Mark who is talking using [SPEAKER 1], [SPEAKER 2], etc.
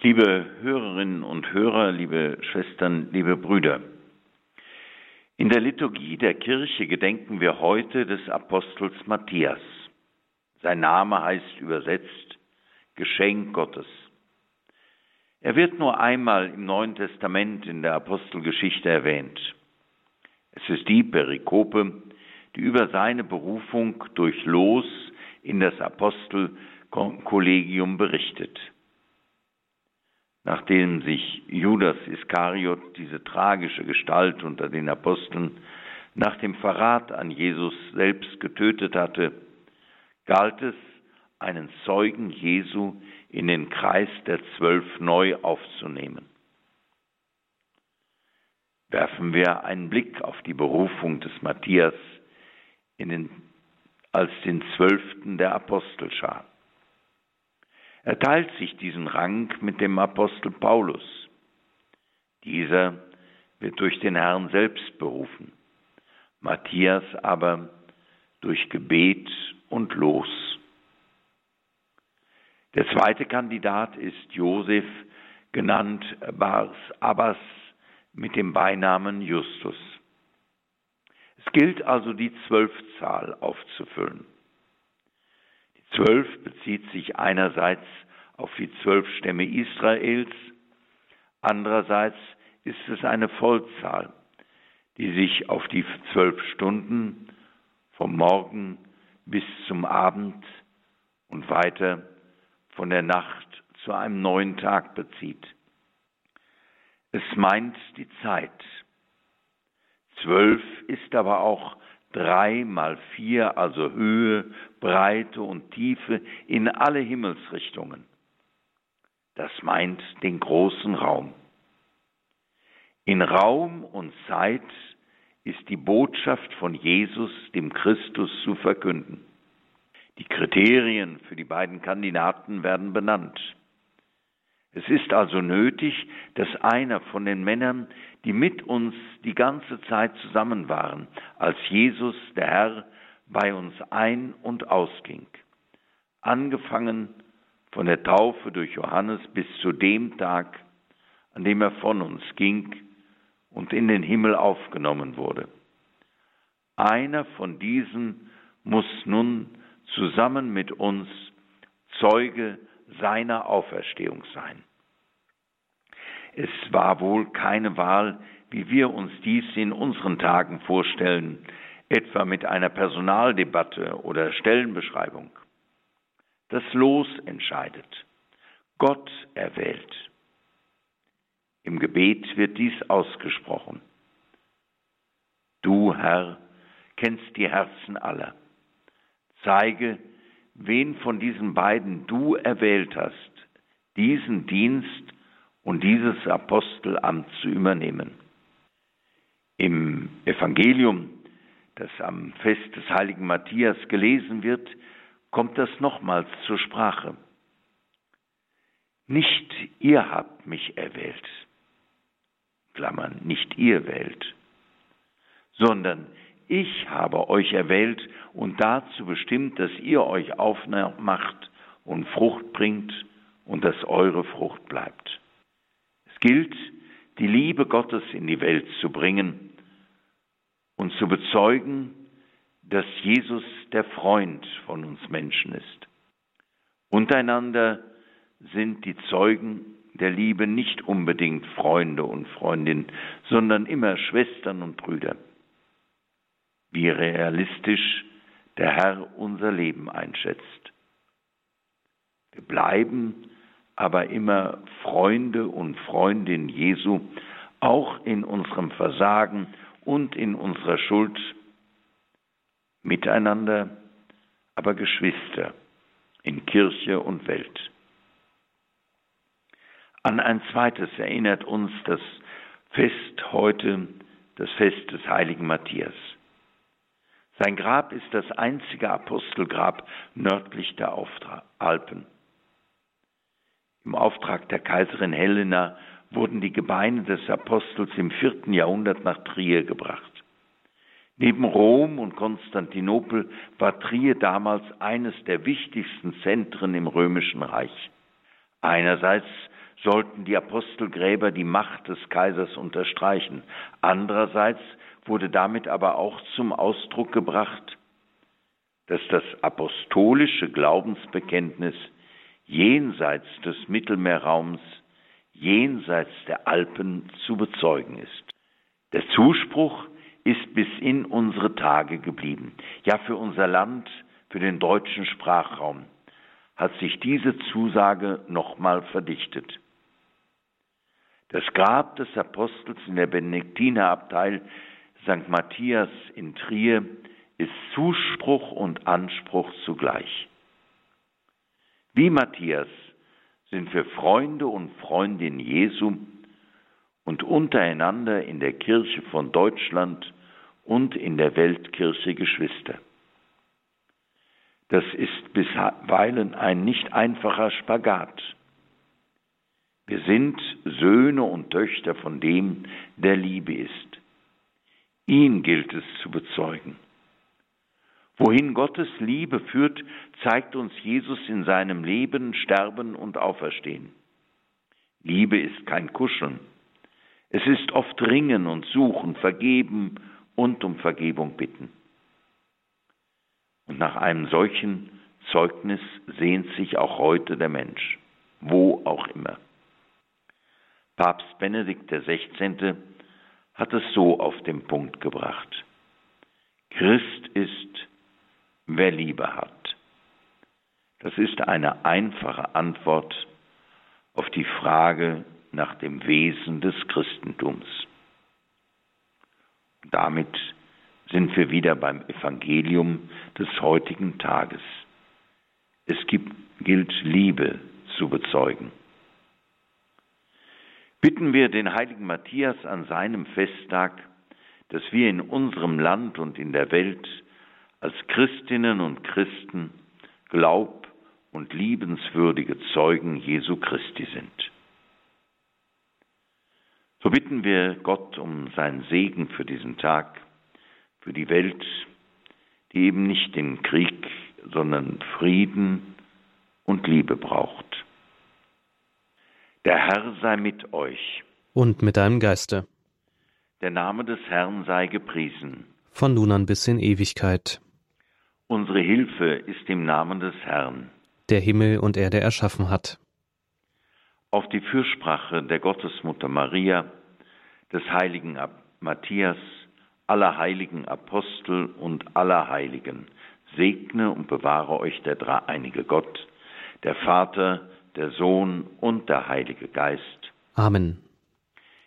[SPEAKER 1] Liebe Hörerinnen und Hörer, liebe Schwestern, liebe Brüder, in der Liturgie der Kirche gedenken wir heute des Apostels Matthias. Sein Name heißt übersetzt Geschenk Gottes. Er wird nur einmal im Neuen Testament in der Apostelgeschichte erwähnt. Es ist die Perikope, die über seine Berufung durch Los in das Apostelkollegium berichtet. Nachdem sich Judas Iskariot, diese tragische Gestalt unter den Aposteln, nach dem Verrat an Jesus selbst getötet hatte, galt es, einen Zeugen Jesu in den Kreis der 12 neu aufzunehmen. Werfen wir einen Blick auf die Berufung des Matthias als den 12. der Apostelschar. Er teilt sich diesen Rang mit dem Apostel Paulus. Dieser wird durch den Herrn selbst berufen, Matthias aber durch Gebet und Los. Der zweite Kandidat ist Josef, genannt Bars Abbas, mit dem Beinamen Justus. Es gilt also die 12-Zahl aufzufüllen. 12 bezieht sich einerseits auf die 12 Stämme Israels, andererseits ist es eine Vollzahl, die sich auf die 12 Stunden vom Morgen bis zum Abend und weiter von der Nacht zu einem neuen Tag bezieht. Es meint die Zeit. 12 ist aber auch 3 mal 4, also Höhe, Breite und Tiefe in alle Himmelsrichtungen. Das meint den großen Raum. In Raum und Zeit ist die Botschaft von Jesus, dem Christus, zu verkünden. Die Kriterien für die beiden Kandidaten werden benannt. Es ist also nötig, dass einer von den Männern, die mit uns die ganze Zeit zusammen waren, als Jesus, der Herr, bei uns ein- und ausging, angefangen von der Taufe durch Johannes bis zu dem Tag, an dem er von uns ging und in den Himmel aufgenommen wurde. Einer von diesen muss nun zusammen mit uns Zeuge seiner Auferstehung sein. Es war wohl keine Wahl, wie wir uns dies in unseren Tagen vorstellen, etwa mit einer Personaldebatte oder Stellenbeschreibung. Das Los entscheidet. Gott erwählt. Im Gebet wird dies ausgesprochen. Du, Herr, kennst die Herzen aller. Zeige, wen von diesen beiden du erwählt hast, diesen Dienst und dieses Apostelamt zu übernehmen. Im Evangelium, das am Fest des heiligen Matthias gelesen wird, kommt das nochmals zur Sprache. Nicht ihr habt mich erwählt, Klammern, nicht ihr wählt, sondern ich habe euch erwählt und dazu bestimmt, dass ihr euch aufmacht und Frucht bringt und dass eure Frucht bleibt. Es gilt, die Liebe Gottes in die Welt zu bringen und zu bezeugen, dass Jesus der Freund von uns Menschen ist. Untereinander sind die Zeugen der Liebe nicht unbedingt Freunde und Freundinnen, sondern immer Schwestern und Brüder. Wie realistisch der Herr unser Leben einschätzt. Wir bleiben aber immer Freunde und Freundinnen Jesu, auch in unserem Versagen und in unserer Schuld, miteinander, aber Geschwister in Kirche und Welt. An ein zweites erinnert uns das Fest heute, das Fest des heiligen Matthias. Sein Grab ist das einzige Apostelgrab nördlich der Alpen. Im Auftrag der Kaiserin Helena wurden die Gebeine des Apostels im 4. Jahrhundert nach Trier gebracht. Neben Rom und Konstantinopel war Trier damals eines der wichtigsten Zentren im Römischen Reich. Einerseits sollten die Apostelgräber die Macht des Kaisers unterstreichen. Andererseits wurde damit aber auch zum Ausdruck gebracht, dass das apostolische Glaubensbekenntnis jenseits des Mittelmeerraums, jenseits der Alpen zu bezeugen ist. Der Zuspruch ist bis in unsere Tage geblieben. Ja, für unser Land, für den deutschen Sprachraum hat sich diese Zusage nochmal verdichtet. Das Grab des Apostels in der Benediktinerabtei St. Matthias in Trier ist Zuspruch und Anspruch zugleich. Wie Matthias sind wir Freunde und Freundinnen Jesu und untereinander in der Kirche von Deutschland und in der Weltkirche Geschwister. Das ist bisweilen ein nicht einfacher Spagat. Wir sind Söhne und Töchter von dem, der Liebe ist. Ihn gilt es zu bezeugen. Wohin Gottes Liebe führt, zeigt uns Jesus in seinem Leben, Sterben und Auferstehen. Liebe ist kein Kuscheln. Es ist oft Ringen und Suchen, Vergeben und um Vergebung bitten. Und nach einem solchen Zeugnis sehnt sich auch heute der Mensch, wo auch immer. Papst Benedikt XVI. Hat es so auf den Punkt gebracht. Christ ist, wer Liebe hat. Das ist eine einfache Antwort auf die Frage nach dem Wesen des Christentums. Damit sind wir wieder beim Evangelium des heutigen Tages. Es gilt Liebe zu bezeugen. Bitten wir den heiligen Matthias an seinem Festtag, dass wir in unserem Land und in der Welt als Christinnen und Christen glaub- und liebenswürdige Zeugen Jesu Christi sind. So bitten wir Gott um seinen Segen für diesen Tag, für die Welt, die eben nicht den Krieg, sondern Frieden und Liebe braucht. Der Herr sei mit euch.
[SPEAKER 2] Und mit deinem Geiste.
[SPEAKER 1] Der Name des Herrn sei gepriesen.
[SPEAKER 2] Von nun an bis in Ewigkeit.
[SPEAKER 1] Unsere Hilfe ist im Namen des Herrn,
[SPEAKER 2] der Himmel und Erde erschaffen hat.
[SPEAKER 1] Auf die Fürsprache der Gottesmutter Maria, des heiligen Matthias, aller heiligen Apostel und aller Heiligen, segne und bewahre euch der dreieinige Gott, der Vater, der Sohn und der Heilige Geist.
[SPEAKER 2] Amen.